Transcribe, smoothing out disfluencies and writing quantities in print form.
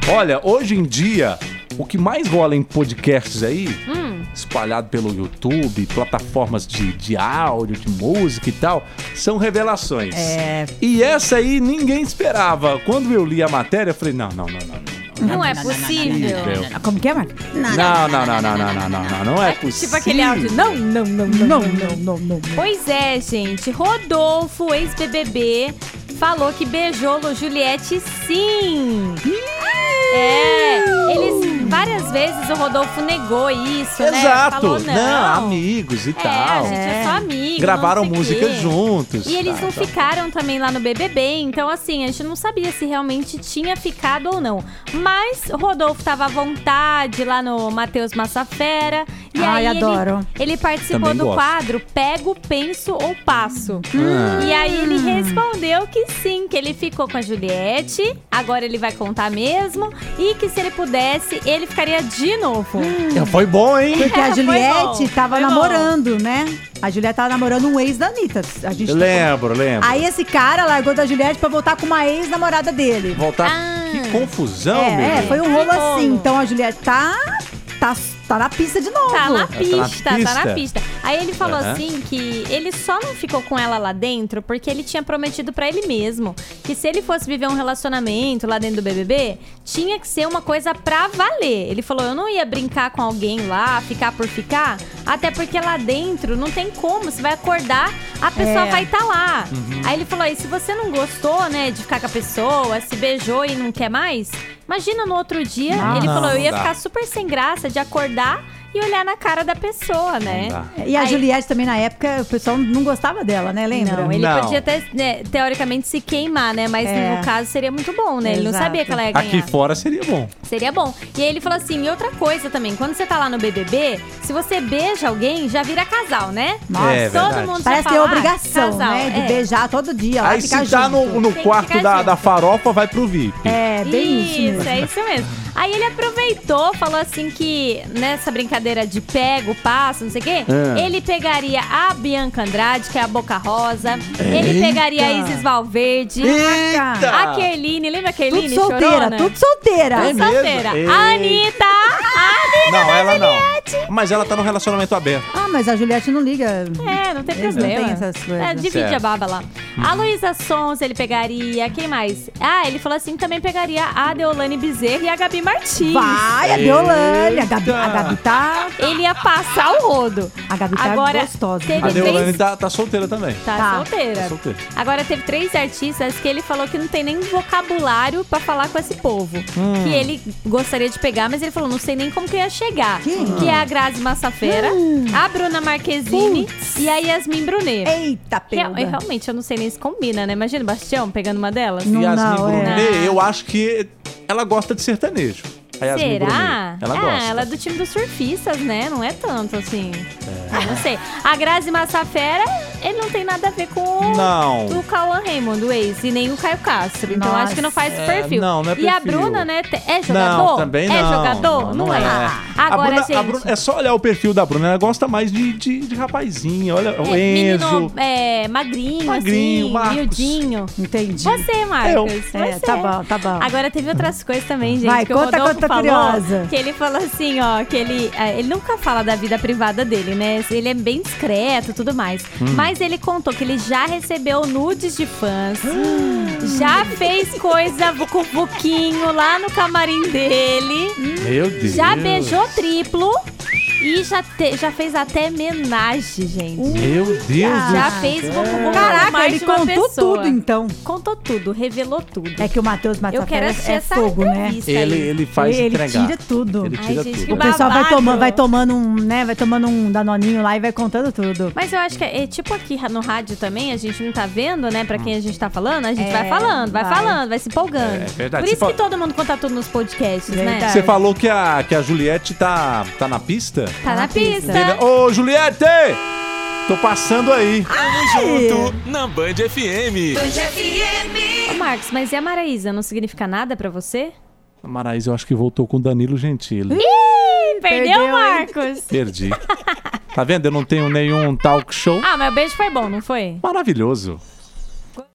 Olha, hoje em dia, o que mais rola em podcasts aí, espalhado pelo YouTube, plataformas de áudio, de música e tal, são revelações. E essa aí ninguém esperava. Quando eu li a matéria, eu falei, não é possível. Como que é, Marcos? Não é possível. Tipo aquele áudio, não. Pois é, gente, Rodolfo, ex-BBB, falou que beijou Juliette sim. Várias vezes o Rodolfo negou isso, né? Exato. Falou não. Amigos e tal. A gente é só amigo. Gravaram música juntos. E eles não ficaram também lá no BBB, então assim, a gente não sabia se realmente tinha ficado ou não. Mas o Rodolfo tava à vontade lá no Matheus Massafera. E aí adoro. Ele participou do quadro Pego, Penso ou Passo. E aí ele respondeu que sim, que ele ficou com a Juliette, agora ele vai contar mesmo, e que se ele pudesse, ele ficaria de novo. Foi bom, hein? Porque a Juliette tava namorando, né? A Juliette tava namorando um ex da Anitta. Lembro. Aí esse cara largou da Juliette pra voltar com uma ex-namorada dele. Que confusão, meu. Foi um rolo assim. Então a Juliette tá na pista de novo. Tá na pista. Aí ele falou assim que ele só não ficou com ela lá dentro porque ele tinha prometido pra ele mesmo que se ele fosse viver um relacionamento lá dentro do BBB, tinha que ser uma coisa pra valer. Ele falou, eu não ia brincar com alguém lá, ficar por ficar, até porque lá dentro não tem como, você vai acordar, a pessoa vai estar lá. Aí ele falou, e se você não gostou, né, de ficar com a pessoa, se beijou e não quer mais, imagina no outro dia, ele falou, eu ia ficar super sem graça de acordar e olhar na cara da pessoa, né? E a Juliette também, na época, o pessoal não gostava dela, né? Lembra? Não, ele podia até, né, teoricamente, se queimar, né? Mas no caso seria muito bom, né? Ele não sabia que ela ia ganhar. Aqui fora seria bom. Seria bom. E aí ele falou assim, e outra coisa também, quando você tá lá no BBB, se você beija alguém, já vira casal, né? Nossa, todo mundo parece já ter fala, obrigação, casal, né? De beijar todo dia lá, aí ficar se tá junto. no quarto da farofa, vai pro VIP. Bem isso mesmo. É isso mesmo. Aí ele aproveitou, falou assim que nessa brincadeira de pego, passo, não sei o quê, ele pegaria a Bianca Andrade, que é a Boca Rosa, ele pegaria a Isis Valverde, a Kerline, lembra a Kerline? Tudo solteira. Tudo solteira. A Anitta, não, ela não. Mas ela tá no relacionamento aberto. Mas a Juliette não liga. Não tem problema. Não tem essas coisas. Divide a baba lá. A Luísa Sons ele pegaria. Quem mais? Ele falou assim, também pegaria a Deolane Bezerra e a Gabi Martins. Vai, a Deolane. A Gabi tá... Ele ia passar o rodo. A Gabi tá gostosa. A Deolane tá solteira também. Tá solteira. Agora teve 3 artistas que ele falou que não tem nem vocabulário pra falar com esse povo. Que ele gostaria de pegar, mas ele falou, não sei nem como que ia chegar. Que é a Grazi Massafera, a Bruna Marquezine e a Yasmin Brunet. Eita, pega. Realmente, eu não sei nem se combina, né? Imagina o Bastião pegando uma delas. Yasmin Brunet, eu acho que ela gosta de sertanejo. Será? Ela gosta. Ela é do time dos surfistas, né? Não é tanto assim. Não sei. A Grazi Massafera, ele não tem nada a ver com o Cauã Raymond, o ex, e nem o Caio Castro. Então acho que não faz esse perfil. Não é perfil. E a Bruna, né? É jogador? Não, também não. É jogador? Não é. Agora, a Bruna, é só olhar o perfil da Bruna. Ela gosta mais de rapazinho. Olha, o Enzo. Menino, magrinho, assim, miudinho. Entendi. Você, Marcos. Tá bom. Agora teve outras coisas também, gente. Vai, que conta, o Rodolfo falou, curiosa. que ele falou assim, ó, que ele nunca fala da vida privada dele, né? Ele é bem discreto e tudo mais. Mas ele contou que ele já recebeu nudes de fãs, já fez coisa com o Vuquinho lá no camarim dele. Meu Deus. Já beijou triplo. E já fez até homenagem, gente. Meu Deus já fez Caraca, ele contou tudo, então. Contou tudo, revelou tudo. É que o Matheus Massafera é fogo, né? Ele faz entregar. Ele tira tudo. Ele tira tudo. O pessoal vai tomando um danoninho lá e vai contando tudo. Mas eu acho que é tipo aqui no rádio também, a gente não tá vendo, né? Pra quem a gente tá falando, a gente vai falando, vai se empolgando. É verdade. Por isso que todo mundo conta tudo nos podcasts, né? Você falou que a Juliette tá na pista? Tá na pista. Ô, Juliette! Tô passando aí. Tamo junto na Band FM. Ô, Marcos, mas e a Maraísa? Não significa nada pra você? A Maraísa eu acho que voltou com o Danilo Gentili. Ih, perdeu, Marcos? Perdi. Tá vendo? Eu não tenho nenhum talk show. Mas o beijo foi bom, não foi? Maravilhoso.